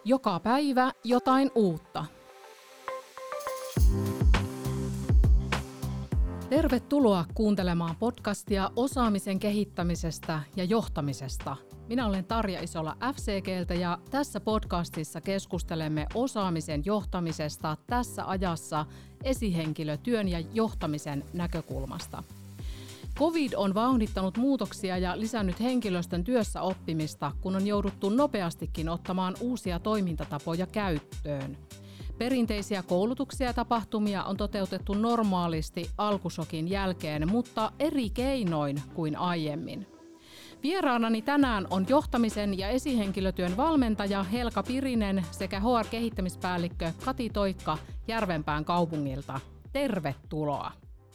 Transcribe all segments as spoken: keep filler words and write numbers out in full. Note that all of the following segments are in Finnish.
Joka päivä jotain uutta. Tervetuloa kuuntelemaan podcastia osaamisen kehittämisestä ja johtamisesta. Minä olen Tarja Isola F C G:ltä ja tässä podcastissa keskustelemme osaamisen johtamisesta tässä ajassa esihenkilötyön ja johtamisen näkökulmasta. Covid on vauhdittanut muutoksia ja lisännyt henkilöstön työssä oppimista, kun on jouduttu nopeastikin ottamaan uusia toimintatapoja käyttöön. Perinteisiä koulutuksia ja tapahtumia on toteutettu normaalisti alkusokin jälkeen, mutta eri keinoin kuin aiemmin. Vieraanani tänään on johtamisen ja esihenkilötyön valmentaja Helka Pirinen sekä H R-kehittämispäällikkö Kati Toikka Järvenpään kaupungilta. Tervetuloa.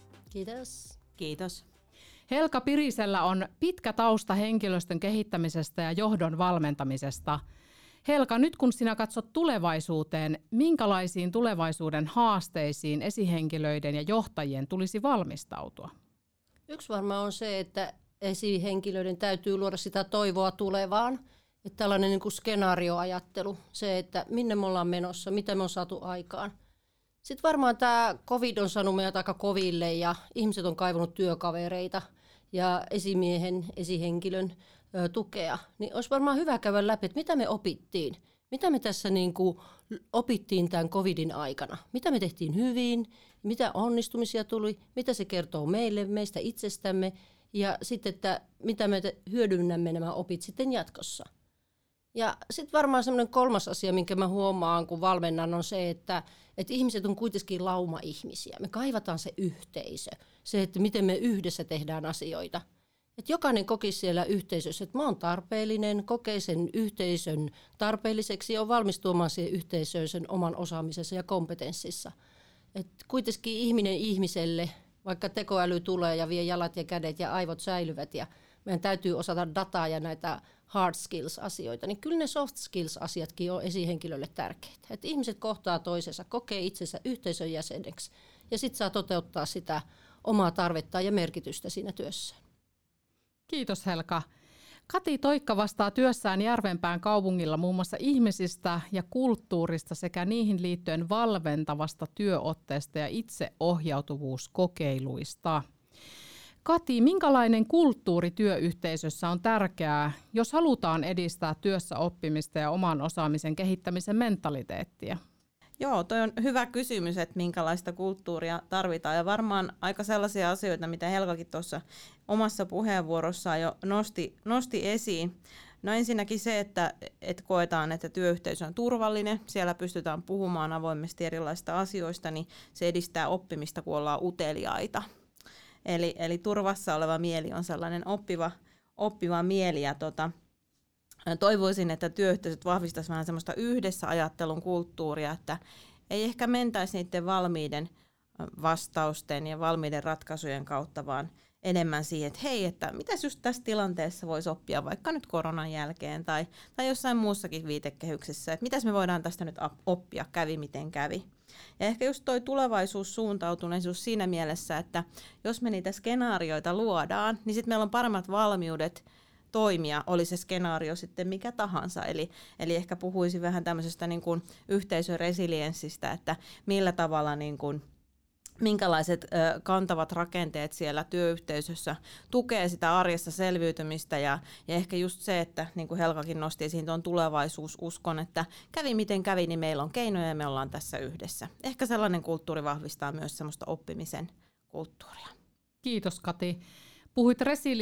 Kiitos. Kiitos. Helka Pirisellä on pitkä tausta henkilöstön kehittämisestä ja johdon valmentamisesta. Helka, nyt kun sinä katsot tulevaisuuteen, minkälaisiin tulevaisuuden haasteisiin esihenkilöiden ja johtajien tulisi valmistautua? Yksi varmaan on se, että esihenkilöiden täytyy luoda sitä toivoa tulevaan. Että tällainen niin kuin skenaarioajattelu, se, että minne me ollaan menossa, mitä me on saatu aikaan. Sitten varmaan tämä Covid on saanut meidät aika koville ja ihmiset on kaivannut työkavereita ja esimiehen, esihenkilön ö, tukea. Niin olisi varmaan hyvä käydä läpi, että mitä me opittiin. Mitä me tässä niin kuin opittiin tämän Covidin aikana. Mitä me tehtiin hyvin, mitä onnistumisia tuli, mitä se kertoo meille, meistä itsestämme. Ja sitten, että mitä me hyödynnämme nämä opit sitten jatkossa. Ja sitten varmaan semmoinen kolmas asia, minkä mä huomaan, kun valmennan, on se, että, että ihmiset on kuitenkin lauma-ihmisiä. Me kaivataan se yhteisö, se, että miten me yhdessä tehdään asioita. Että jokainen kokisi siellä yhteisössä, että mä oon tarpeellinen, kokee sen yhteisön tarpeelliseksi ja on valmis tuomaan siihen yhteisöön sen oman osaamisensa ja kompetenssissa. Että kuitenkin ihminen ihmiselle, vaikka tekoäly tulee ja vie jalat ja kädet ja aivot säilyvät ja meidän täytyy osata dataa ja näitä hard skills-asioita, niin kyllä ne soft skills-asiatkin on esihenkilölle tärkeitä. Että ihmiset kohtaa toisensa, kokee itsensä yhteisön jäseneksi ja sitten saa toteuttaa sitä omaa tarvettaan ja merkitystä siinä työssä. Kiitos Helka. Kati Toikka vastaa työssään Järvenpään kaupungilla muun muassa ihmisistä ja kulttuurista sekä niihin liittyen valmentavasta työotteesta ja itseohjautuvuuskokeiluista. Kati, minkälainen kulttuuri työyhteisössä on tärkeää, jos halutaan edistää työssä oppimista ja oman osaamisen kehittämisen mentaliteettia? Joo, toi on hyvä kysymys, että minkälaista kulttuuria tarvitaan. Ja varmaan aika sellaisia asioita, mitä Helkakin tuossa omassa puheenvuorossaan jo nosti, nosti esiin. No ensinnäkin se, että, että koetaan, että työyhteisö on turvallinen, siellä pystytään puhumaan avoimesti erilaisista asioista, niin se edistää oppimista, kun ollaan uteliaita. Eli, eli turvassa oleva mieli on sellainen oppiva, oppiva mieli ja tota, toivoisin, että työyhteisöt vahvistaisivat vähän semmoista yhdessä ajattelun kulttuuria, että ei ehkä mentäisi niiden valmiiden vastausten ja valmiiden ratkaisujen kautta, vaan enemmän siihen, että hei, että mitäs just tässä tilanteessa voisi oppia vaikka nyt koronan jälkeen tai, tai jossain muussakin viitekehyksessä, että mitäs me voidaan tästä nyt oppia, kävi miten kävi. Ja ehkä just toi tulevaisuussuuntautuneisuus siinä mielessä, että jos me niitä skenaarioita luodaan, niin sitten meillä on paremmat valmiudet toimia, oli se skenaario sitten mikä tahansa. Eli, eli ehkä puhuisin vähän tämmöisestä niin kuin yhteisön resilienssistä, että millä tavalla niin kuin minkälaiset ö, kantavat rakenteet siellä työyhteisössä tukee sitä arjessa selviytymistä ja, ja ehkä just se, että niin kuin Helkakin nosti esiin tuon tulevaisuususkon, että kävi miten kävi, niin meillä on keinoja ja me ollaan tässä yhdessä. Ehkä sellainen kulttuuri vahvistaa myös semmoista oppimisen kulttuuria. Kiitos Kati. Puhuit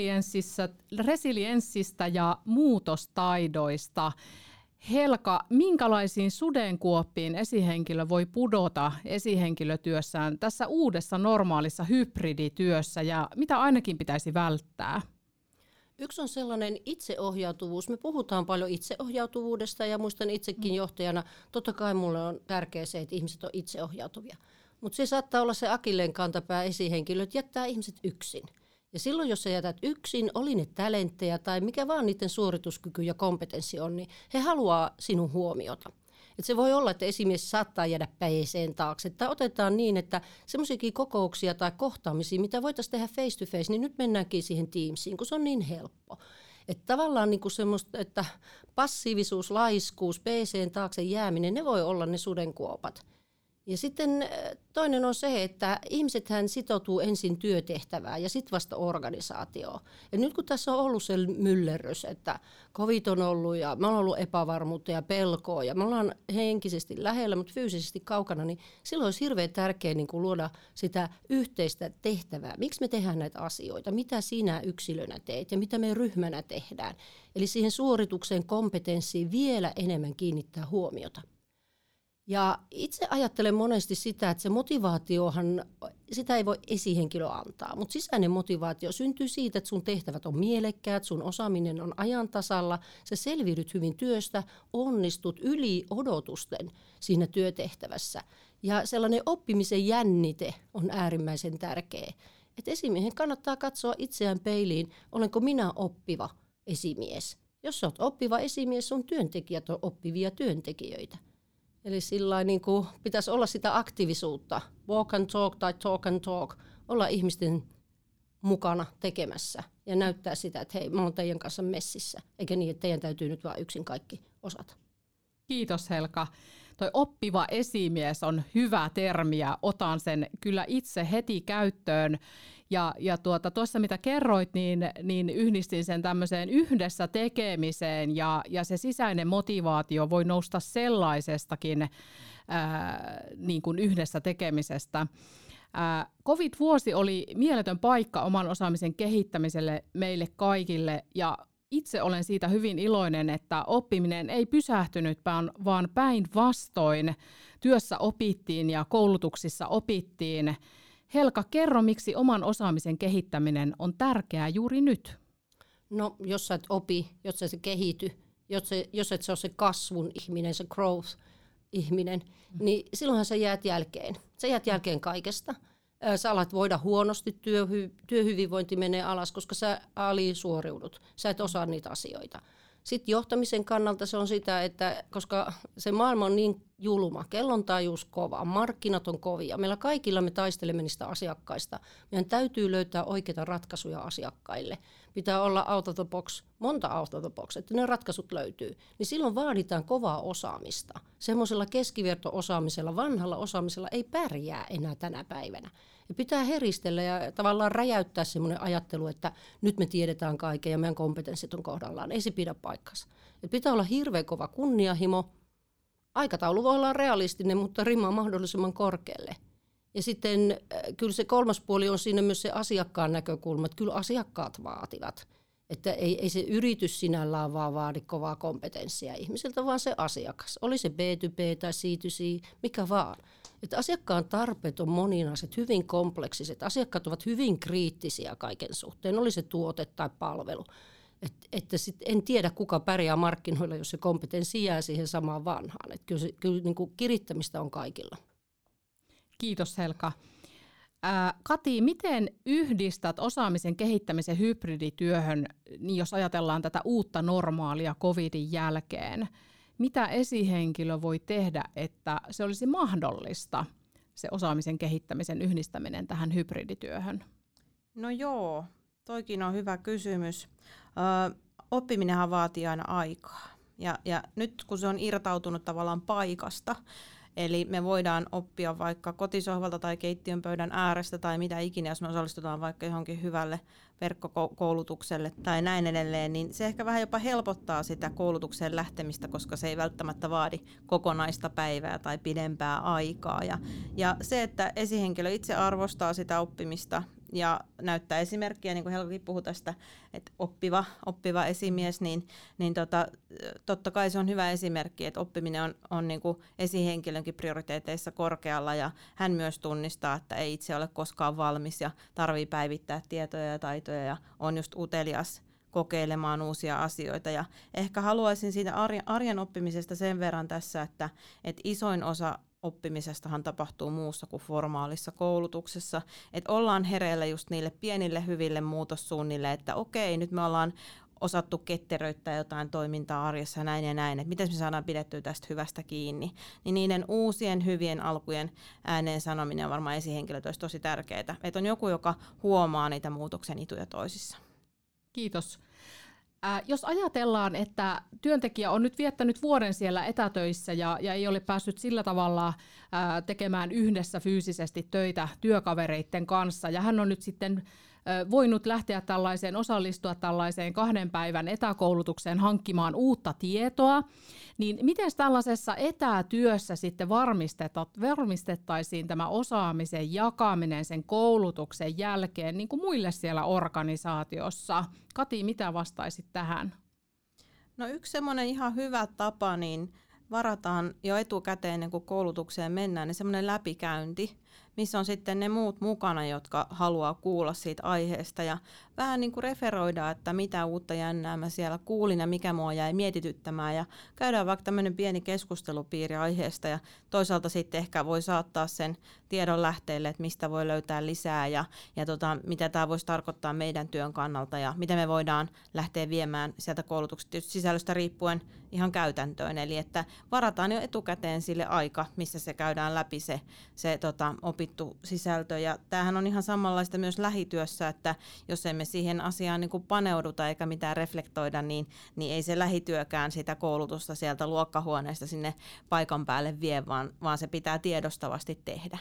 resilienssistä ja muutostaidoista. Helka, minkälaisiin sudenkuoppiin esihenkilö voi pudota esihenkilötyössään tässä uudessa normaalissa hybridityössä ja mitä ainakin pitäisi välttää? Yksi on sellainen itseohjautuvuus. Me puhutaan paljon itseohjautuvuudesta ja muistan itsekin johtajana, totta kai mulle on tärkeää se, että ihmiset on itseohjautuvia. Mutta se saattaa olla se akilleenkantapää esihenkilöt jättää ihmiset yksin. Ja silloin, jos sä jätät yksin, oli ne talentteja tai mikä vaan niiden suorituskyky ja kompetenssi on, niin he haluaa sinun huomiota. Et se voi olla, että esimies saattaa jäädä päiseen taakse. Tai otetaan niin, että semmoisiakin kokouksia tai kohtaamisia, mitä voitaisiin tehdä face to face, niin nyt mennäänkin siihen Teamsiin, kun se on niin helppo. Että tavallaan niin kuin semmoista, että passiivisuus, laiskuus, P C:n taakse jääminen, ne voi olla ne sudenkuopat. Ja sitten toinen on se, että ihmisethän sitoutuu ensin työtehtävään ja sitten vasta organisaatioon. Ja nyt kun tässä on ollut se myllerrys, että covid on ollut ja me ollaan ollut epävarmuutta ja pelkoa ja me ollaan henkisesti lähellä, mutta fyysisesti kaukana, niin silloin olisi hirveän tärkeää niin kuin luoda sitä yhteistä tehtävää. Miksi me tehdään näitä asioita? Mitä sinä yksilönä teet ja mitä me ryhmänä tehdään? Eli siihen suoritukseen, kompetenssiin vielä enemmän kiinnittää huomiota. Ja itse ajattelen monesti sitä, että se motivaatiohan, sitä ei voi esihenkilö antaa, mutta sisäinen motivaatio syntyy siitä, että sun tehtävät on mielekkäät, sun osaaminen on ajan tasalla, sä selviydyt hyvin työstä, onnistut yli odotusten siinä työtehtävässä. Ja sellainen oppimisen jännite on äärimmäisen tärkeä. Että esimiehen kannattaa katsoa itseään peiliin, olenko minä oppiva esimies. Jos sä oot oppiva esimies, sun työntekijät on oppivia työntekijöitä. Eli sillä niin kuin pitäisi olla sitä aktiivisuutta, walk and talk tai talk and talk, olla ihmisten mukana tekemässä ja näyttää sitä, että hei, mä oon teidän kanssa messissä, eikä niin, että teidän täytyy nyt vaan yksin kaikki osata. Kiitos Helka. Toi oppiva esimies on hyvä termi ja otan sen kyllä itse heti käyttöön. Ja, ja tuota, tuossa mitä kerroit, niin, niin yhdistin sen tämmöiseen yhdessä tekemiseen ja, ja se sisäinen motivaatio voi nousta sellaisestakin ää, niin kuin yhdessä tekemisestä. Ää, covid-vuosi oli mieletön paikka oman osaamisen kehittämiselle meille kaikille ja itse olen siitä hyvin iloinen, että oppiminen ei pysähtynyt, vaan päinvastoin työssä opittiin ja koulutuksissa opittiin. Helka, kerro, miksi oman osaamisen kehittäminen on tärkeää juuri nyt? No, jos sä et opi, jos sä et kehity, jos, se, jos et se ole se kasvun ihminen, se growth-ihminen, mm. niin silloinhan sä jäät jälkeen. Sä jäät jälkeen kaikesta. Sä alat voida huonosti, työhy- työhyvinvointi menee alas, koska sä alisuoriudut. Sä et osaa niitä asioita. Sitten johtamisen kannalta se on sitä, että koska se maailma on niin julma, kellontaajuus kova, markkinat on kovia, meillä kaikilla me taistelemme niistä asiakkaista. Meidän täytyy löytää oikeita ratkaisuja asiakkaille. Pitää olla out of the box, monta out of the box, että ne ratkaisut löytyy. Niin silloin vaaditaan kovaa osaamista. Semmoisella keskiverto-osaamisella, vanhalla osaamisella ei pärjää enää tänä päivänä. Ja pitää heristellä ja tavallaan räjäyttää semmoinen ajattelu, että nyt me tiedetään kaiken ja meidän kompetenssit on kohdallaan. Ei se pidä paikkansa. Et pitää olla hirveän kova kunnianhimo. Aikataulu voi olla realistinen, mutta rima mahdollisimman korkealle. Ja sitten äh, kyllä se kolmas puoli on siinä myös se asiakkaan näkökulma, että kyllä asiakkaat vaativat. Että ei, ei se yritys sinällään vaan vaadi kovaa kompetenssia ihmisiltä, vaan se asiakas. Oli se B to B tai C to C, mikä vaan. Että asiakkaan tarpeet on moninaiset, hyvin kompleksiset. Asiakkaat ovat hyvin kriittisiä kaiken suhteen, oli se tuote tai palvelu. Et, että sit en tiedä, kuka pärjää markkinoilla, jos se kompetenssi jää siihen samaan vanhaan. Et kyllä se, kyllä niin kuin kirittämistä on kaikilla. Kiitos Helka. Ää, Kati, miten yhdistät osaamisen kehittämisen hybridityöhön, niin jos ajatellaan tätä uutta normaalia covidin jälkeen? Mitä esihenkilö voi tehdä, että se olisi mahdollista, se osaamisen kehittämisen yhdistäminen tähän hybridityöhön? No joo, toikin on hyvä kysymys. Ö, oppiminenhan vaatii aina aikaa. Ja, ja nyt kun se on irtautunut tavallaan paikasta, eli me voidaan oppia vaikka kotisohvalta tai keittiön pöydän äärestä tai mitä ikinä, jos me osallistutaan vaikka johonkin hyvälle verkkokoulutukselle tai näin edelleen, niin se ehkä vähän jopa helpottaa sitä koulutukseen lähtemistä, koska se ei välttämättä vaadi kokonaista päivää tai pidempää aikaa. Ja, ja se, että esihenkilö itse arvostaa sitä oppimista ja näyttää esimerkkiä, niin kuin Helkakin puhui tästä, että oppiva, oppiva esimies, niin, niin tota, totta kai se on hyvä esimerkki, että oppiminen on, on niin kuin esihenkilönkin prioriteeteissa korkealla ja hän myös tunnistaa, että ei itse ole koskaan valmis ja tarvii päivittää tietoja ja taitoja ja on just utelias kokeilemaan uusia asioita. Ja ehkä haluaisin siitä arjen, arjen oppimisesta sen verran tässä, että, että isoin osa oppimisestahan tapahtuu muussa kuin formaalissa koulutuksessa. Että ollaan hereillä just niille pienille hyville muutossuunnille, että okei, nyt me ollaan osattu ketteröittää jotain toimintaa arjessa näin ja näin, että miten me saadaan pidettyä tästä hyvästä kiinni. Niin niiden uusien hyvien alkujen ääneen sanominen on varmaan esihenkilöt olisi tosi tärkeää. Että on joku, joka huomaa niitä muutoksen ituja toisissa. Kiitos. Äh, jos ajatellaan, että työntekijä on nyt viettänyt vuoden siellä etätöissä ja, ja ei ole päässyt sillä tavalla äh, tekemään yhdessä fyysisesti töitä työkavereiden kanssa, ja hän on nyt sitten äh, voinut lähteä tällaiseen, osallistua tällaiseen kahden päivän etäkoulutukseen hankkimaan uutta tietoa, niin miten tällaisessa etätyössä sitten varmistettaisiin tämä osaamisen jakaminen sen koulutuksen jälkeen niin kuin muille siellä organisaatiossa? Kati, mitä vastaisit tähän? No yksi semmoinen ihan hyvä tapa, niin varataan jo etukäteen ennen kuin koulutukseen mennään, niin semmoinen läpikäynti, missä on sitten ne muut mukana, jotka haluaa kuulla siitä aiheesta ja vähän niin kuin referoidaan, että mitä uutta jännää mä siellä kuulin ja mikä mua jäi mietityttämään ja käydään vaikka tämmöinen pieni keskustelupiiri aiheesta ja toisaalta sitten ehkä voi saattaa sen tiedon lähteelle, että mistä voi löytää lisää ja, ja tota, mitä tämä voisi tarkoittaa meidän työn kannalta ja miten me voidaan lähteä viemään sieltä koulutuksesta tietysti sisällöstä riippuen ihan käytäntöön. Eli että varataan jo etukäteen sille aika, missä se käydään läpi se, se tota, opittu sisältö. Ja tämähän on ihan samanlaista myös lähityössä, että jos emme siihen asiaan niin kuin paneuduta eikä mitään reflektoida, niin, niin ei se lähityökään sitä koulutusta sieltä luokkahuoneesta sinne paikan päälle vie, vaan, vaan se pitää tiedostavasti tehdä.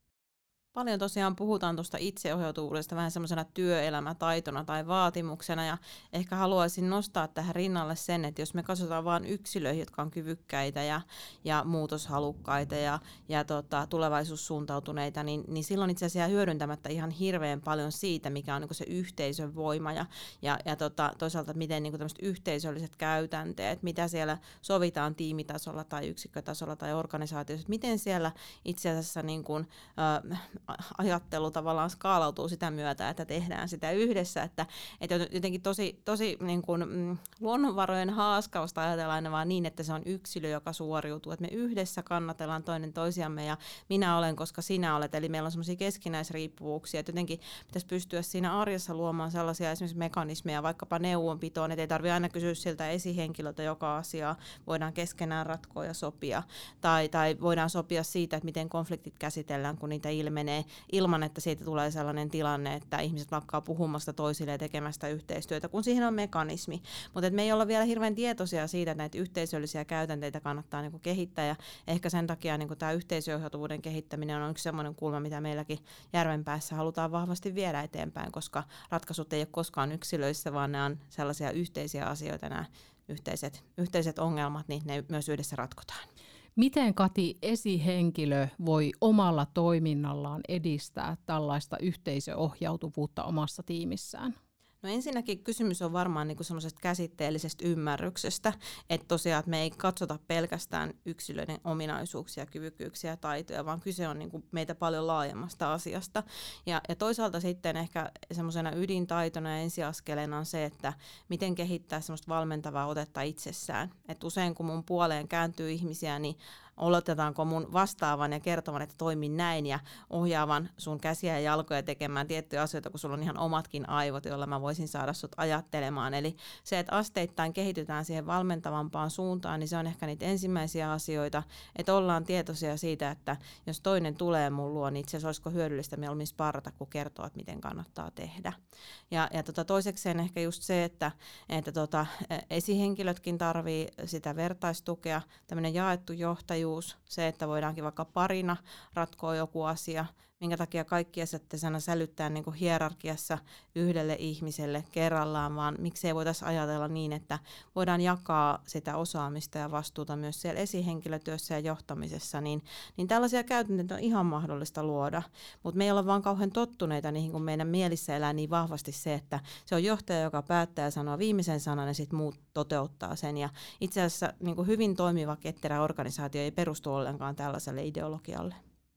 Paljon tosiaan puhutaan tuosta itseohjautuvuudesta vähän semmoisena työelämätaitona tai vaatimuksena ja ehkä haluaisin nostaa tähän rinnalle sen, että jos me katsotaan vain yksilöihin, jotka on kyvykkäitä ja, ja muutoshalukkaita ja, ja tota, tulevaisuussuuntautuneita, niin, niin silloin itse asiassa hyödyntämättä ihan hirveän paljon siitä, mikä on niin kuin se yhteisön voima ja, ja, ja tota, toisaalta miten niin kuin tämmöiset yhteisölliset käytänteet, mitä siellä sovitaan tiimitasolla tai yksikkötasolla tai organisaatiossa, miten siellä itse asiassa niin kuin, äh, ajattelu tavallaan skaalautuu sitä myötä, että tehdään sitä yhdessä, että, että jotenkin tosi, tosi niin kuin, mm, luonnonvarojen haaskausta ajatellaan aina vaan niin, että se on yksilö, joka suoriutuu, että me yhdessä kannatellaan toinen toisiamme ja minä olen, koska sinä olet, eli meillä on semmoisia keskinäisriippuvuuksia, että jotenkin pitäisi pystyä siinä arjessa luomaan sellaisia esimerkiksi mekanismeja, vaikkapa neuvonpitoon, että ei tarvitse aina kysyä siltä esihenkilöltä joka asiaa, voidaan keskenään ratkoa ja sopia, tai, tai voidaan sopia siitä, että miten konfliktit käsitellään, kun niitä ilmenee, ilman, että siitä tulee sellainen tilanne, että ihmiset lakkaa puhumasta toisille ja tekemästä yhteistyötä, kun siihen on mekanismi. Mutta me ei olla vielä hirveän tietoisia siitä, että näitä yhteisöllisiä käytänteitä kannattaa niinku kehittää, ja ehkä sen takia niinku tämä yhteisöohjautuvuuden kehittäminen on yksi sellainen kulma, mitä meilläkin Järvenpäässä halutaan vahvasti viedä eteenpäin, koska ratkaisut ei ole koskaan yksilöissä, vaan ne on sellaisia yhteisiä asioita, nämä yhteiset, yhteiset ongelmat, niin ne myös yhdessä ratkotaan. Miten, Kati, esihenkilö voi omalla toiminnallaan edistää tällaista yhteisöohjautuvuutta omassa tiimissään? No ensinnäkin kysymys on varmaan niinku semmoisesta käsitteellisestä ymmärryksestä, että tosiaan että me ei katsota pelkästään yksilöiden ominaisuuksia, kyvykkyyksiä ja taitoja, vaan kyse on niinku meitä paljon laajemmasta asiasta. Ja, ja toisaalta sitten ehkä semmoisena ydintaitona ja ensiaskeleena on se, että miten kehittää semmoista valmentavaa otetta itsessään. Et usein kun mun puoleen kääntyy ihmisiä, niin oletetaanko mun vastaavan ja kertovan, että toimin näin ja ohjaavan sun käsiä ja jalkoja tekemään tiettyjä asioita, kun sulla on ihan omatkin aivot, joilla mä voisin saada sut ajattelemaan. Eli se, että asteittain kehitytään siihen valmentavampaan suuntaan, niin se on ehkä niitä ensimmäisiä asioita, että ollaan tietoisia siitä, että jos toinen tulee mun luo, niin itse asiassa olisiko hyödyllistä mieluummin sparrata, kun kertoo, että miten kannattaa tehdä. Ja, ja tota, toisekseen ehkä just se, että, että tota, esihenkilötkin tarvii sitä vertaistukea, tämmöinen jaettu johtajuus, se, että voidaankin vaikka parina ratkoa joku asia, minkä takia kaikki asiat sana sälyttää niin kuin hierarkiassa yhdelle ihmiselle kerrallaan, vaan miksei voitaisiin ajatella niin, että voidaan jakaa sitä osaamista ja vastuuta myös siellä esihenkilötyössä ja johtamisessa, niin, niin tällaisia käytäntöjä on ihan mahdollista luoda, mutta me ei olla vaan kauhean tottuneita niihin, kun meidän mielissä elää niin vahvasti se, että se on johtaja, joka päättää ja sanoo viimeisen sanan ja sitten muut toteuttaa sen, ja itse asiassa niin kuin hyvin toimiva ketterä organisaatio ei perustu ollenkaan tällaiselle ideologialle.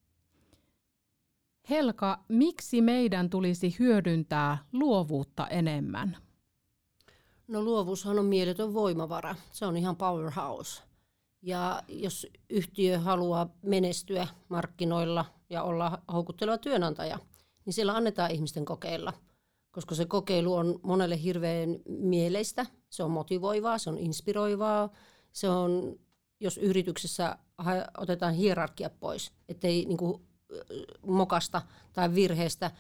Helka, miksi meidän tulisi hyödyntää luovuutta enemmän? No luovuushan on mieletön voimavara. Se on ihan powerhouse. Ja jos yhtiö haluaa menestyä markkinoilla ja olla houkutteleva työnantaja, niin siellä annetaan ihmisten kokeilla. Koska se kokeilu on monelle hirveän mieleistä, se on motivoivaa, se on inspiroivaa, se on, jos yrityksessä otetaan hierarkia pois, ettei niin kuin mokasta tai virheestä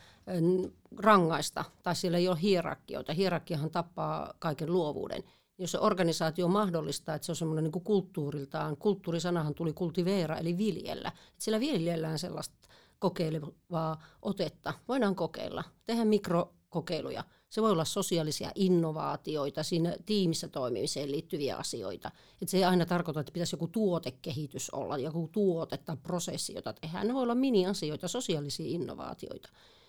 rangaista, tai siellä ei ole hierarkioita. Hierarkiahan tappaa kaiken luovuuden. Jos se organisaatio mahdollistaa, että se on semmoinen niin kuin kulttuuriltaan, kulttuurisanahan tuli kultiveera, eli viljellä. Että siellä viljellään sellaista kokeilevaa otetta. Voidaan kokeilla, tehdä mikrokokeiluja. Se voi olla sosiaalisia innovaatioita, siinä tiimissä toimimiseen liittyviä asioita. Että se ei aina tarkoita, että pitäisi joku tuotekehitys olla, joku tuote tai prosessi, jota tehdään. Ne voi olla mini-asioita, sosiaalisia innovaatioita.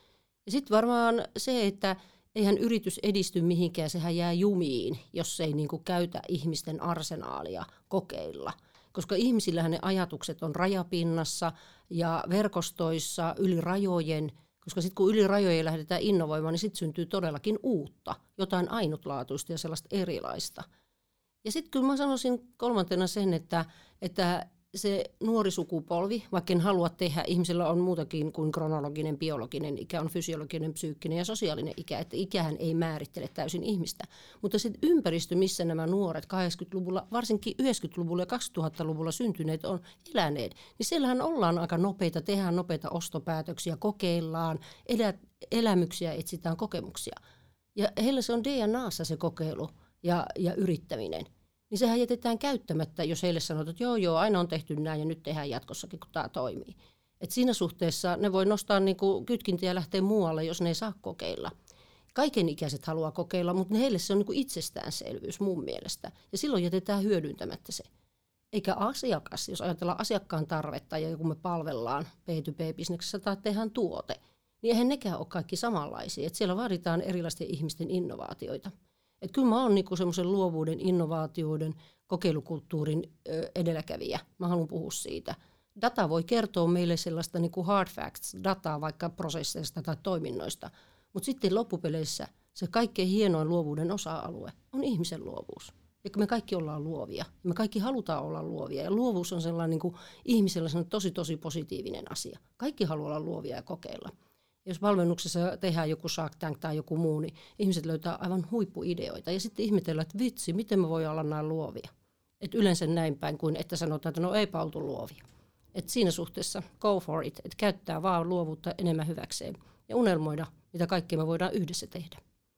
Ja sitten varmaan se, että eihän yritys edisty mihinkään, sehän jää jumiin, jos ei niinku käytä ihmisten arsenaalia kokeilla. Koska ihmisillähän ne ajatukset on rajapinnassa ja verkostoissa yli rajojen, koska sitten kun yli rajojen lähdetään innovoimaan, niin sitten syntyy todellakin uutta, jotain ainutlaatuista ja sellaista erilaista. Ja sitten kyllä mä sanoisin kolmantena sen, että, että se nuori sukupolvi, vaikka en halua tehdä, ihmisillä on muutakin kuin kronologinen, biologinen ikä, on fysiologinen, psyykkinen ja sosiaalinen ikä, että ikähän ei määrittele täysin ihmistä. Mutta se ympäristö, missä nämä nuoret kahdeksankymmentäluvulla, varsinkin yhdeksänkymmentäluvulla ja kaksituhattaluvulla syntyneet on eläneet, niin siellähän ollaan aika nopeita, tehdään nopeita ostopäätöksiä, kokeillaan, elä, elämyksiä, etsitään kokemuksia. Ja heillä se on D N A:ssa se kokeilu ja, ja yrittäminen. Niin sehän jätetään käyttämättä, jos heille sanotaan, että joo, joo, aina on tehty näin ja nyt tehdään jatkossakin, kun tämä toimii. Et siinä suhteessa ne voi nostaa niinku kytkintiä ja lähteä muualle, jos ne ei saa kokeilla. Kaikenikäiset haluaa kokeilla, mutta heille se on niinku itsestäänselvyys mun mielestä. Ja silloin jätetään hyödyntämättä se. Eikä asiakas, jos ajatellaan asiakkaan tarvetta ja kun me palvellaan B to B-bisneksessä tai tehdään tuote, niin eihän nekään ole kaikki samanlaisia. Et siellä vaaditaan erilaisten ihmisten innovaatioita. Että kyllä mä oon niinku semmoisen luovuuden, innovaatioiden, kokeilukulttuurin ö, edelläkävijä. Mä haluan puhua siitä. Data voi kertoa meille sellaista niinku hard facts, dataa vaikka prosesseista tai toiminnoista. Mutta sitten loppupeleissä se kaikkein hienoin luovuuden osa-alue on ihmisen luovuus. Ja me kaikki ollaan luovia. Me kaikki halutaan olla luovia. Ja luovuus on sellainen niinku ihmisellä sellainen tosi tosi positiivinen asia. Kaikki haluaa olla luovia ja kokeilla. Jos valmennuksessa tehdään joku Shark Tank tai joku muu, niin ihmiset löytää aivan huippuideoita. Ja sitten ihmetellään, että vitsi, miten me voi olla näin luovia. Et yleensä näin päin kuin, että sanotaan, että no eipä oltu luovia. Et siinä suhteessa go for it, että käyttää vaan luovuutta enemmän hyväkseen ja unelmoida, mitä kaikkea me voidaan yhdessä tehdä.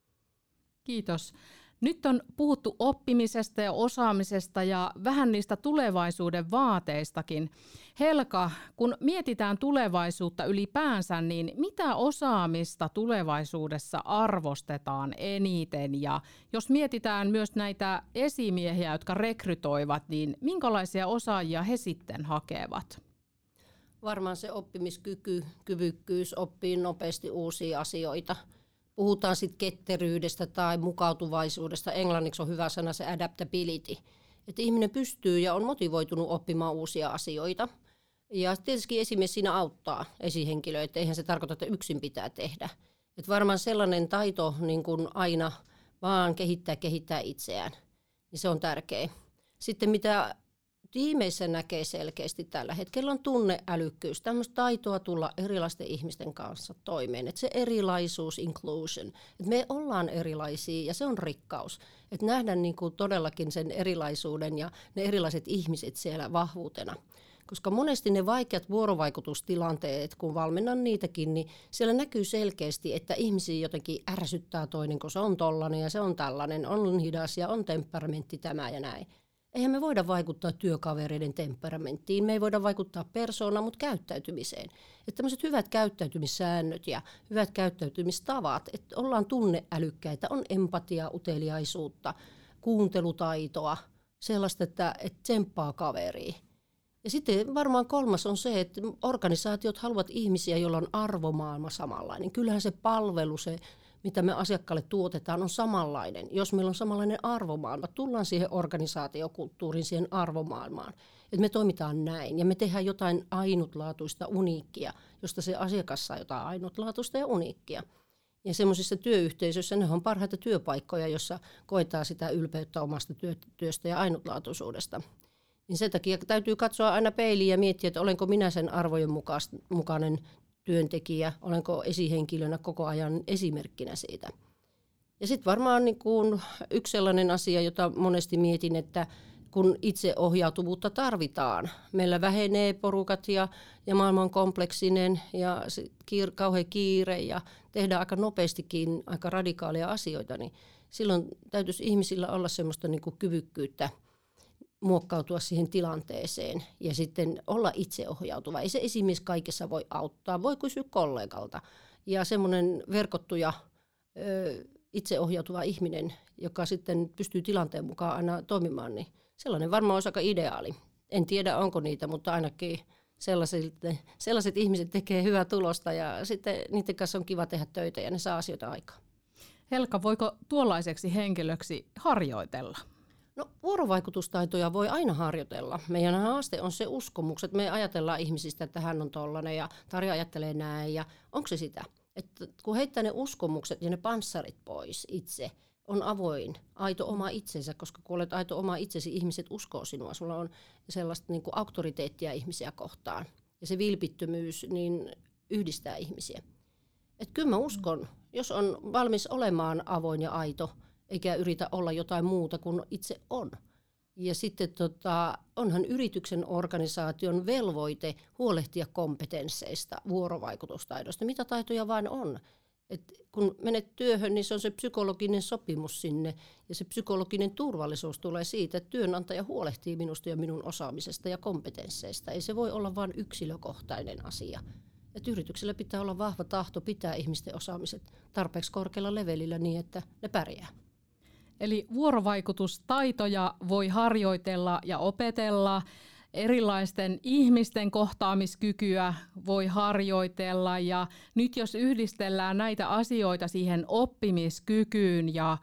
Kiitos. Nyt on puhuttu oppimisesta ja osaamisesta ja vähän niistä tulevaisuuden vaateistakin. Helka, kun mietitään tulevaisuutta ylipäänsä, niin mitä osaamista tulevaisuudessa arvostetaan eniten? Ja jos mietitään myös näitä esimiehiä, jotka rekrytoivat, niin minkälaisia osaajia he sitten hakevat? Varmaan se oppimiskyky, kyvykkyys oppii nopeasti uusia asioita. Puhutaan sitten ketteryydestä tai mukautuvaisuudesta. Englanniksi on hyvä sana se adaptability. Että ihminen pystyy ja on motivoitunut oppimaan uusia asioita. Ja tietysti esimies siinä auttaa esihenkilöitä. Eihän se tarkoita, että yksin pitää tehdä. Että varmaan sellainen taito niin kuin aina vaan kehittää, kehittää itseään. Niin se on tärkeä. Sitten mitä tiimeissä näkee selkeästi tällä hetkellä on tunneälykkyys, tämmöistä taitoa tulla erilaisten ihmisten kanssa toimeen. Että se erilaisuus, inclusion, että me ollaan erilaisia ja se on rikkaus. Että nähdään niin kuin todellakin sen erilaisuuden ja ne erilaiset ihmiset siellä vahvuutena. Koska monesti ne vaikeat vuorovaikutustilanteet, kun valmennan niitäkin, niin siellä näkyy selkeästi, että ihmisiä jotenkin ärsyttää toinen, kun se on tollainen ja se on tällainen, on hidas ja on temperamentti tämä ja näin. Eihän me voida vaikuttaa työkavereiden temperamenttiin, me ei voida vaikuttaa persoonaan, mutta käyttäytymiseen. Että tämmöiset hyvät käyttäytymissäännöt ja hyvät käyttäytymistavat, että ollaan tunneälykkäitä, on empatiaa, uteliaisuutta, kuuntelutaitoa, sellaista, että, että tsemppaa kaveria. Ja sitten varmaan kolmas on se, että organisaatiot haluavat ihmisiä, joilla on arvomaailma samanlainen. Kyllähän se palvelu, se mitä me asiakkaalle tuotetaan, on samanlainen. Jos meillä on samanlainen arvomaailma, tullaan siihen organisaatiokulttuuriin, siihen arvomaailmaan. Että me toimitaan näin ja me tehdään jotain ainutlaatuista, uniikkia, josta se asiakas saa jotain ainutlaatuista ja uniikkia. Ja semmoisissa työyhteisöissä ne on parhaita työpaikkoja, jossa koetaan sitä ylpeyttä omasta työstä ja ainutlaatuisuudesta. Niin sen takia täytyy katsoa aina peiliin ja miettiä, että olenko minä sen arvojen mukainen työntekijä, olenko esihenkilönä koko ajan esimerkkinä siitä. Ja sitten varmaan niin kuin yksi sellainen asia, jota monesti mietin, että kun itseohjautuvuutta tarvitaan. Meillä vähenee porukat ja, ja maailma on kompleksinen ja kiir, kauhean kiire ja tehdään aika nopeastikin aika radikaaleja asioita, niin silloin täytyisi ihmisillä olla semmoista niin kuin kyvykkyyttä muokkautua siihen tilanteeseen ja sitten olla itseohjautuva. Ei se esimies kaikessa voi auttaa, voi kysyä kollegalta. Ja semmoinen verkottuja, itseohjautuva ihminen, joka sitten pystyy tilanteen mukaan aina toimimaan, niin sellainen varmaan olisi aika ideaali. En tiedä, onko niitä, mutta ainakin sellaiset, sellaiset ihmiset tekee hyvää tulosta ja sitten niiden kanssa on kiva tehdä töitä ja ne saa asioita aikaan. Helka, voiko tuollaiseksi henkilöksi harjoitella? No, vuorovaikutustaitoja voi aina harjoitella. Meidän haaste on se uskomukset. Me ajatellaan ihmisistä, että hän on tollainen ja Tarja ajattelee näin. Ja onko se sitä? Että kun heittää ne uskomukset ja ne panssarit pois itse, on avoin, aito oma itsensä, koska kun olet aito oma itsesi, ihmiset uskoo sinua. Sulla on sellaista niin kuin auktoriteettia ihmisiä kohtaan. Ja se vilpittömyys niin yhdistää ihmisiä. Et kyllä mä uskon, jos on valmis olemaan avoin ja aito, eikä yritä olla jotain muuta kuin itse on. Ja sitten tota, onhan yrityksen organisaation velvoite huolehtia kompetensseista, vuorovaikutustaidosta, mitä taitoja vain on. Et kun menet työhön, niin se on se psykologinen sopimus sinne, ja se psykologinen turvallisuus tulee siitä, että työnantaja huolehtii minusta ja minun osaamisesta ja kompetensseista. Ei se voi olla vain yksilökohtainen asia. Et yrityksellä pitää olla vahva tahto pitää ihmisten osaamiset tarpeeksi korkealla levelillä niin, että ne pärjää. Eli vuorovaikutustaitoja voi harjoitella ja opetella, erilaisten ihmisten kohtaamiskykyä voi harjoitella ja nyt jos yhdistellään näitä asioita siihen oppimiskykyyn ja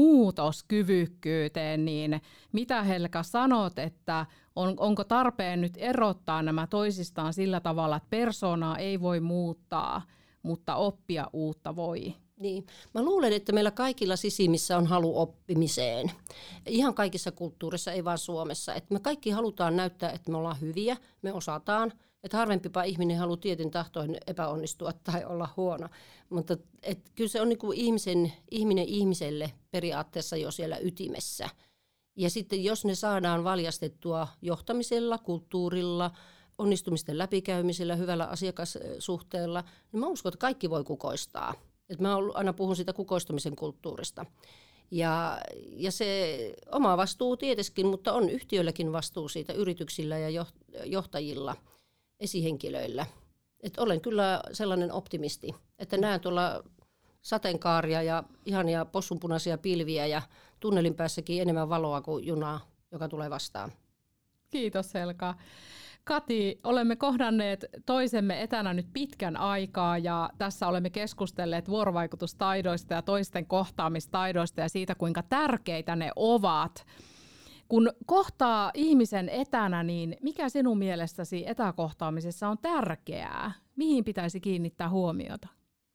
muutoskyvykkyyteen, niin mitä Helka sanot, että on, onko tarpeen nyt erottaa nämä toisistaan sillä tavalla, että persoonaa ei voi muuttaa, mutta oppia uutta voi? Niin. Mä luulen, että meillä kaikilla sisimmissä on halu oppimiseen. Ihan kaikissa kulttuurissa, ei vaan Suomessa. Että me kaikki halutaan näyttää, että me ollaan hyviä, me osataan. Että harvempipa ihminen haluaa tietyn tahtoin epäonnistua tai olla huono. Mutta et kyllä se on niin kuin ihmisen, ihminen ihmiselle periaatteessa jo siellä ytimessä. Ja sitten jos ne saadaan valjastettua johtamisella, kulttuurilla, onnistumisten läpikäymisellä, hyvällä asiakassuhteella, niin mä uskon, että kaikki voi kukoistaa. Et mä aina puhun siitä kukoistumisen kulttuurista. Ja, ja se oma vastuu tietenkin, mutta on yhtiöilläkin vastuu siitä yrityksillä ja johtajilla, esihenkilöillä. Et olen kyllä sellainen optimisti, että näen tuolla sateenkaaria ja ihania possunpunaisia pilviä ja tunnelin päässäkin enemmän valoa kuin junaa, joka tulee vastaan. Kiitos Helka. Kati, olemme kohdanneet toisemme etänä nyt pitkän aikaa ja tässä olemme keskustelleet vuorovaikutustaidoista ja toisten kohtaamistaidoista ja siitä, kuinka tärkeitä ne ovat. Kun kohtaa ihmisen etänä, niin mikä sinun mielestäsi etäkohtaamisessa on tärkeää? Mihin pitäisi kiinnittää huomiota?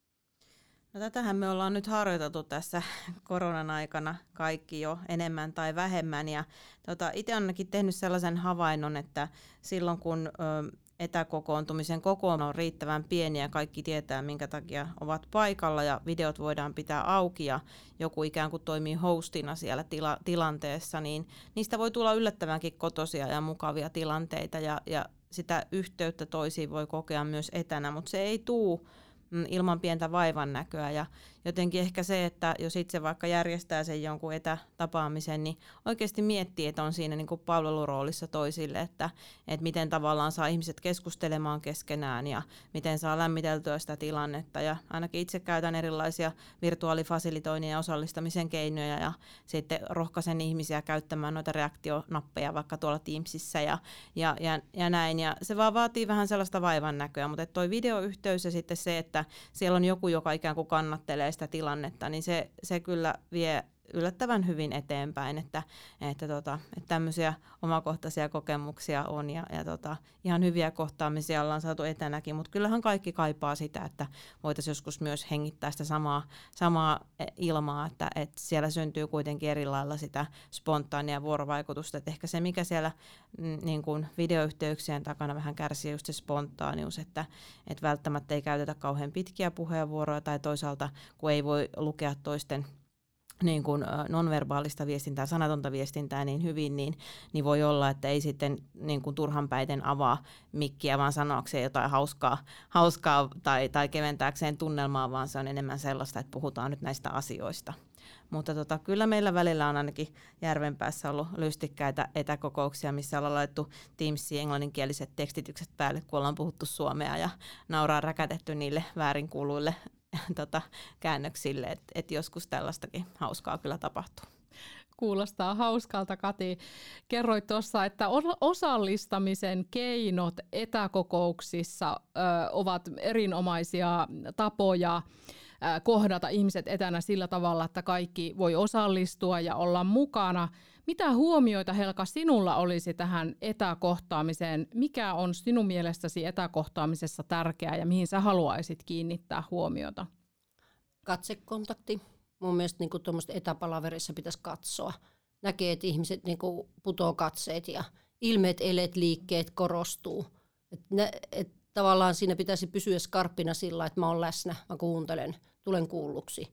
No, tätähän me ollaan nyt harjoiteltu tässä koronan aikana kaikki jo enemmän tai vähemmän. Ja tota, itse olen ainakin tehnyt sellaisen havainnon, että silloin kun ö, etäkokoontumisen kokoonpano on riittävän pieni ja kaikki tietää, minkä takia ovat paikalla ja videot voidaan pitää auki ja joku ikään kuin toimii hostina siellä tila- tilanteessa, niin niistä voi tulla yllättävänkin kotoisia ja mukavia tilanteita ja, ja sitä yhteyttä toisiin voi kokea myös etänä, mutta se ei tule ilman pientä vaivan näköä ja jotenkin ehkä se, että jos itse vaikka järjestää sen jonkun etätapaamisen, niin oikeasti miettii, että on siinä niin kuin palveluroolissa toisille, että, että miten tavallaan saa ihmiset keskustelemaan keskenään ja miten saa lämmiteltyä sitä tilannetta ja ainakin itse käytän erilaisia virtuaalifasilitoinnin ja osallistamisen keinoja ja sitten rohkaisen ihmisiä käyttämään noita reaktionappeja vaikka tuolla Teamsissa ja, ja, ja, ja näin ja se vaan vaatii vähän sellaista vaivan näköä, mutta toi videoyhteys ja sitten se, että siellä on joku, joka ikään kuin kannattelee sitä tilannetta, niin se, se kyllä vie yllättävän hyvin eteenpäin, että, että, tota, että tämmöisiä omakohtaisia kokemuksia on ja, ja tota, ihan hyviä kohtaamisia ollaan saatu etänäkin, mutta kyllähän kaikki kaipaa sitä, että voitaisiin joskus myös hengittää sitä samaa, samaa ilmaa, että, että siellä syntyy kuitenkin eri lailla sitä spontaania vuorovaikutusta, että ehkä se mikä siellä mm, niin kuin videoyhteyksien takana vähän kärsii just se spontaanius, että, että välttämättä ei käytetä kauhean pitkiä puheenvuoroja tai toisaalta kun ei voi lukea toisten niin kuin nonverbaalista viestintää, sanatonta viestintää niin hyvin, niin, niin voi olla, että ei sitten niin kuin turhanpäiten avaa mikkiä, vaan sanoakseen jotain hauskaa, hauskaa tai, tai keventääkseen tunnelmaa, vaan se on enemmän sellaista, että puhutaan nyt näistä asioista. Mutta tota, kyllä meillä välillä on ainakin Järvenpäässä ollut lystikkäitä etäkokouksia, missä ollaan laittu Teamsiin englanninkieliset tekstitykset päälle, kun ollaan puhuttu suomea ja nauraa räkätetty niille väärinkuuluille tota, käännöksille, että et joskus tällaistakin hauskaa kyllä tapahtuu. Kuulostaa hauskalta, Kati. Kerroit tuossa, että osallistamisen keinot etäkokouksissa ö, ovat erinomaisia tapoja ö, kohdata ihmiset etänä sillä tavalla, että kaikki voi osallistua ja olla mukana. Mitä huomioita, Helka, sinulla olisi tähän etäkohtaamiseen? Mikä on sinun mielestäsi etäkohtaamisessa tärkeää ja mihin sä haluaisit kiinnittää huomiota? Katsekontakti. Mun mielestä niin tuommoista etäpalaverissa pitäisi katsoa. Näkee, että ihmiset niin kuin putoo katseet ja ilmeet, eleet, liikkeet korostuu. Et ne, et tavallaan siinä pitäisi pysyä skarppina sillä, että mä oon läsnä, mä kuuntelen, tulen kuulluksi.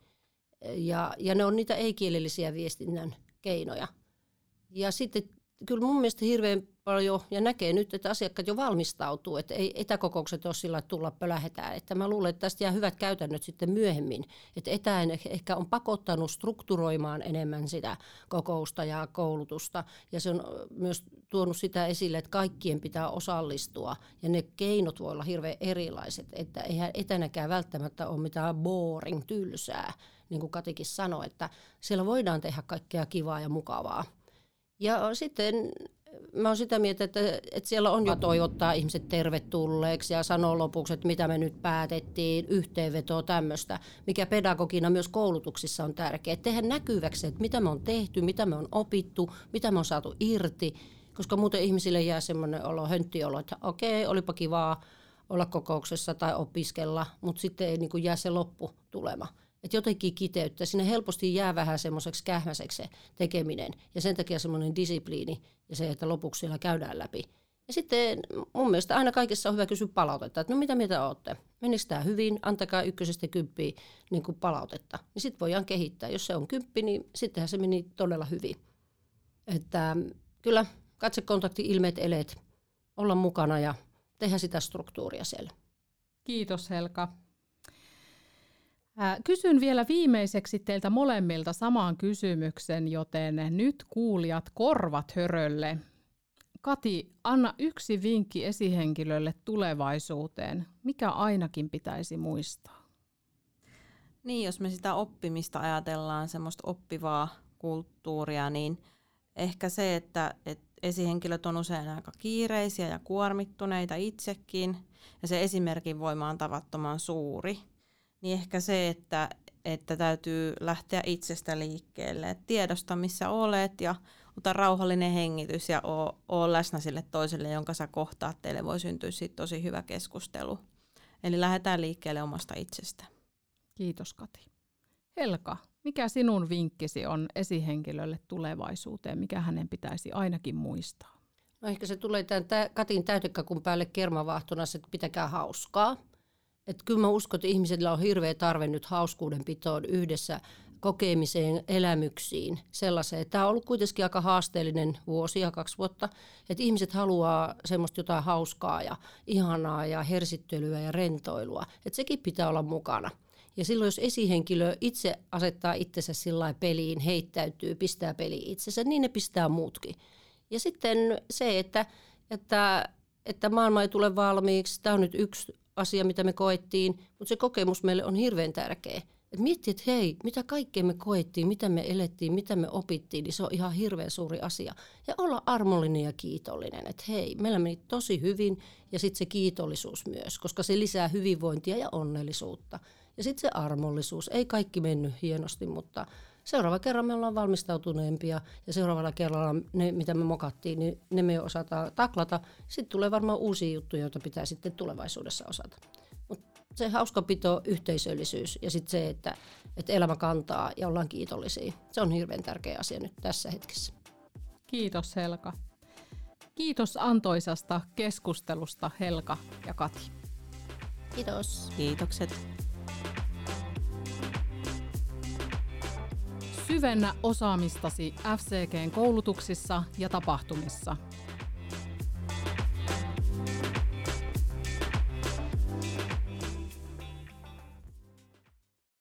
Ja, ja ne on niitä ei-kielellisiä viestinnän keinoja. Ja sitten kyllä mun mielestä hirveän paljon, ja näkee nyt, että asiakkaat jo valmistautuu, että ei etäkokoukset ole sillä, että tulla pölähetään. Että mä luulen, että tästä jää hyvät käytännöt sitten myöhemmin. Että etäin ehkä on pakottanut strukturoimaan enemmän sitä kokousta ja koulutusta. Ja se on myös tuonut sitä esille, että kaikkien pitää osallistua. Ja ne keinot voi olla hirveän erilaiset. Että eihän etänäkään välttämättä ole mitään boring, tylsää. Niin kuin Katikin sanoi, että siellä voidaan tehdä kaikkea kivaa ja mukavaa. Ja sitten mä oon sitä mieltä, että, että siellä on jo toivottaa ihmiset tervetulleeksi ja sanoo lopuksi, että mitä me nyt päätettiin, yhteenvetoa tämmöistä, mikä pedagogina myös koulutuksissa on tärkeää. Tehdä näkyväksi, että mitä me on tehty, mitä me on opittu, mitä me on saatu irti, koska muuten ihmisille jää semmoinen olo, hönttiolo, että okei, olipa kivaa olla kokouksessa tai opiskella, mutta sitten ei niin kuin jää se lopputulema. Että jotenkin kiteyttää. Siinä helposti jää vähän semmoiseksi kähmäiseksi se tekeminen. Ja sen takia semmoinen disipliini ja se, että lopuksi siellä käydään läpi. Ja sitten mun mielestä aina kaikessa on hyvä kysyä palautetta. Että no mitä mieltä olette? Menikö tämä hyvin? Antakaa ykkösestä kymppiä niin kuin palautetta. Niin sitten voidaan kehittää. Jos se on kymppi, niin sittenhän se meni todella hyvin. Että kyllä katsekontakti, ilmeet, eleet, olla mukana ja tehdä sitä struktuuria siellä. Kiitos, Helka. Kysyn vielä viimeiseksi teiltä molemmilta samaan kysymyksen, joten nyt kuulijat korvat hörölle. Kati, anna yksi vinkki esihenkilölle tulevaisuuteen. Mikä ainakin pitäisi muistaa? Niin, jos me sitä oppimista ajatellaan, semmoista oppivaa kulttuuria, niin ehkä se, että, että esihenkilöt on usein aika kiireisiä ja kuormittuneita itsekin, ja se esimerkin voima on tavattoman suuri. Niin ehkä se, että, että täytyy lähteä itsestä liikkeelle. Et tiedosta, missä olet ja ota rauhallinen hengitys ja oo, oo läsnä sille toiselle, jonka sä kohtaat. Teille voi syntyä siitä tosi hyvä keskustelu. Eli lähdetään liikkeelle omasta itsestä. Kiitos, Kati. Helka, mikä sinun vinkkisi on esihenkilölle tulevaisuuteen? Mikä hänen pitäisi ainakin muistaa? No ehkä se tulee tämän Katin täytekakun päälle kermavahtuna, että pitäkää hauskaa. Että kyllä mä uskon, että ihmisillä on hirveä tarve nyt hauskuudenpitoon yhdessä kokemiseen, elämyksiin, sellaiseen. Tämä on ollut kuitenkin aika haasteellinen vuosi ja kaksi vuotta, että ihmiset haluaa semmoista jotain hauskaa ja ihanaa ja hersittelyä ja rentoilua, että sekin pitää olla mukana. Ja silloin, jos esihenkilö itse asettaa itsensä sillä peliin, heittäytyy, pistää peliin itsensä, niin ne pistää muutkin. Ja sitten se, että, että, että maailma ei tule valmiiksi, tämä on nyt yksi asia, mitä me koettiin, mutta se kokemus meille on hirveän tärkeä. Et miettii, että hei, mitä kaikkea me koettiin, mitä me elettiin, mitä me opittiin, niin se on ihan hirveän suuri asia. Ja olla armollinen ja kiitollinen, että hei, meillä meni tosi hyvin ja sitten se kiitollisuus myös, koska se lisää hyvinvointia ja onnellisuutta. Ja sitten se armollisuus, ei kaikki mennyt hienosti, mutta seuraava kerran me ollaan valmistautuneempia ja seuraavalla kerralla ne, mitä me mokattiin, niin ne me osataan taklata. Sitten tulee varmaan uusia juttuja, joita pitää sitten tulevaisuudessa osata. Mut se hauskapito, yhteisöllisyys ja sitten se, että, että elämä kantaa ja ollaan kiitollisia. Se on hirveän tärkeä asia nyt tässä hetkessä. Kiitos, Helka. Kiitos antoisasta keskustelusta, Helka ja Kati. Kiitos. Kiitokset. Syvennä osaamistasi F C G:n koulutuksissa ja tapahtumissa.